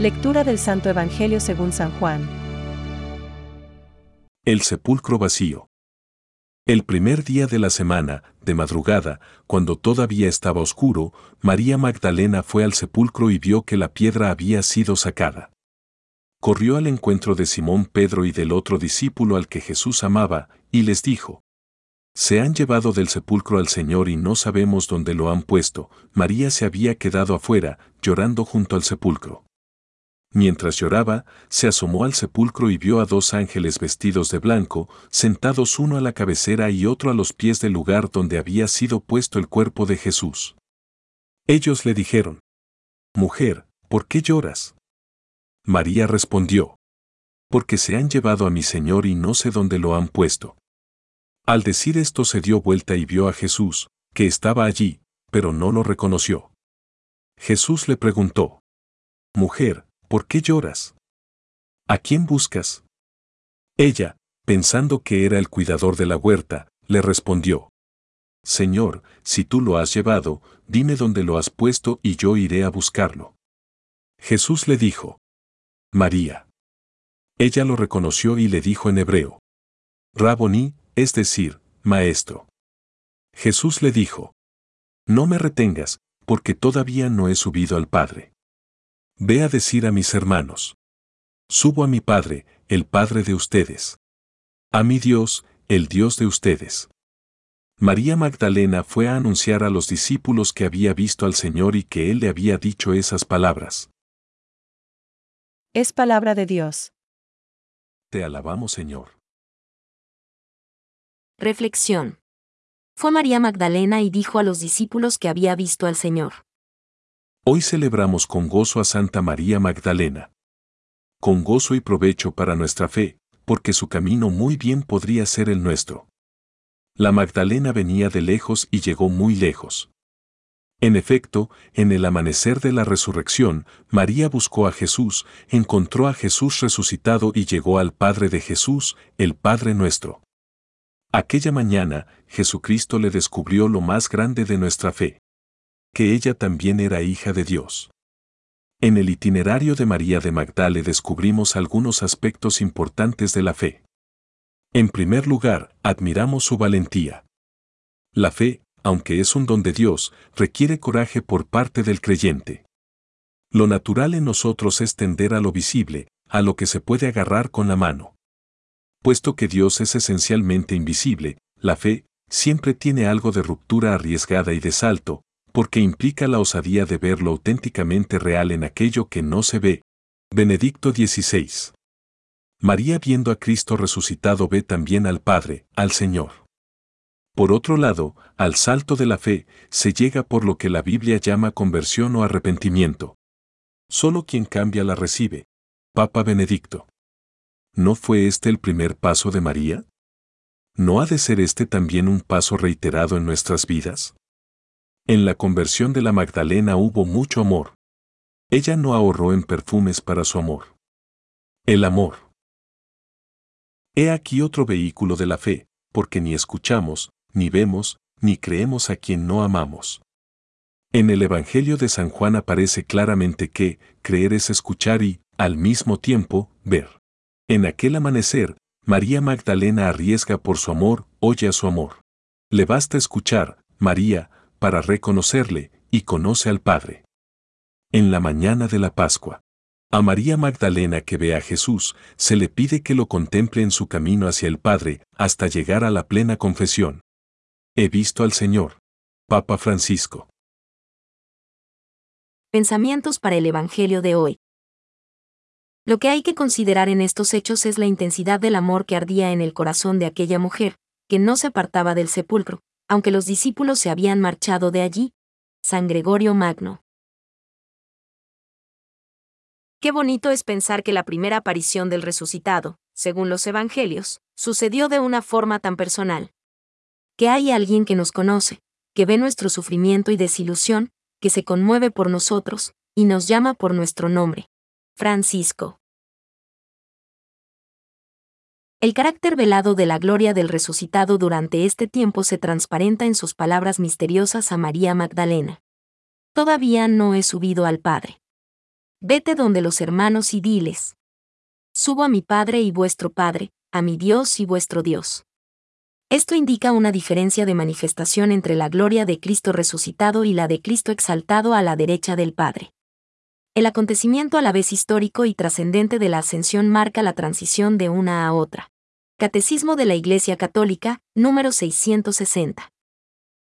Lectura del Santo Evangelio según San Juan. El sepulcro vacío. El primer día de la semana, de madrugada, cuando todavía estaba oscuro, María Magdalena fue al sepulcro y vio que la piedra había sido sacada. Corrió al encuentro de Simón Pedro y del otro discípulo al que Jesús amaba, y les dijo: «Se han llevado del sepulcro al Señor y no sabemos dónde lo han puesto». María se había quedado afuera, llorando junto al sepulcro. Mientras lloraba, se asomó al sepulcro y vio a dos ángeles vestidos de blanco, sentados uno a la cabecera y otro a los pies del lugar donde había sido puesto el cuerpo de Jesús. Ellos le dijeron: «Mujer, ¿por qué lloras?». María respondió: «Porque se han llevado a mi Señor y no sé dónde lo han puesto». Al decir esto se dio vuelta y vio a Jesús, que estaba allí, pero no lo reconoció. Jesús le preguntó: «Mujer, ¿por qué lloras? ¿A quién buscas?». Ella, pensando que era el cuidador de la huerta, le respondió: «Señor, si tú lo has llevado, dime dónde lo has puesto y yo iré a buscarlo». Jesús le dijo: «María». Ella lo reconoció y le dijo en hebreo: «Raboní», es decir, maestro. Jesús le dijo: «No me retengas, porque todavía no he subido al Padre. Ve a decir a mis hermanos: subo a mi Padre, el Padre de ustedes. A mi Dios, el Dios de ustedes». María Magdalena fue a anunciar a los discípulos que había visto al Señor y que Él le había dicho esas palabras. Es palabra de Dios. Te alabamos, Señor. Reflexión. Fue María Magdalena y dijo a los discípulos que había visto al Señor. Hoy celebramos con gozo a Santa María Magdalena. Con gozo y provecho para nuestra fe, porque su camino muy bien podría ser el nuestro. La Magdalena venía de lejos y llegó muy lejos. En efecto, en el amanecer de la resurrección, María buscó a Jesús, encontró a Jesús resucitado y llegó al Padre de Jesús, el Padre nuestro. Aquella mañana, Jesucristo le descubrió lo más grande de nuestra fe: que ella también era hija de Dios. En el itinerario de María de Magdala descubrimos algunos aspectos importantes de la fe. En primer lugar, admiramos su valentía. La fe, aunque es un don de Dios, requiere coraje por parte del creyente. Lo natural en nosotros es tender a lo visible, a lo que se puede agarrar con la mano. Puesto que Dios es esencialmente invisible, la fe siempre tiene algo de ruptura arriesgada y de salto, porque implica la osadía de ver lo auténticamente real en aquello que no se ve. Benedicto XVI. María, viendo a Cristo resucitado, ve también al Padre, al Señor. Por otro lado, al salto de la fe se llega por lo que la Biblia llama conversión o arrepentimiento. Solo quien cambia la recibe. Papa Benedicto. ¿No fue este el primer paso de María? ¿No ha de ser este también un paso reiterado en nuestras vidas? En la conversión de la Magdalena hubo mucho amor. Ella no ahorró en perfumes para su amor. El amor. He aquí otro vehículo de la fe, porque ni escuchamos, ni vemos, ni creemos a quien no amamos. En el Evangelio de San Juan aparece claramente que creer es escuchar y, al mismo tiempo, ver. En aquel amanecer, María Magdalena arriesga por su amor, oye a su amor. Le basta escuchar, María, para reconocerle, y conoce al Padre. En la mañana de la Pascua, a María Magdalena, que ve a Jesús, se le pide que lo contemple en su camino hacia el Padre, hasta llegar a la plena confesión. He visto al Señor. Papa Francisco. Pensamientos para el Evangelio de hoy. Lo que hay que considerar en estos hechos es la intensidad del amor que ardía en el corazón de aquella mujer, que no se apartaba del sepulcro, aunque los discípulos se habían marchado de allí. San Gregorio Magno. Qué bonito es pensar que la primera aparición del resucitado, según los Evangelios, sucedió de una forma tan personal. Que hay alguien que nos conoce, que ve nuestro sufrimiento y desilusión, que se conmueve por nosotros, y nos llama por nuestro nombre. Francisco. El carácter velado de la gloria del resucitado durante este tiempo se transparenta en sus palabras misteriosas a María Magdalena. Todavía no he subido al Padre. Vete donde los hermanos y diles: subo a mi Padre y vuestro Padre, a mi Dios y vuestro Dios. Esto indica una diferencia de manifestación entre la gloria de Cristo resucitado y la de Cristo exaltado a la derecha del Padre. El acontecimiento a la vez histórico y trascendente de la ascensión marca la transición de una a otra. Catecismo de la Iglesia Católica, número 660.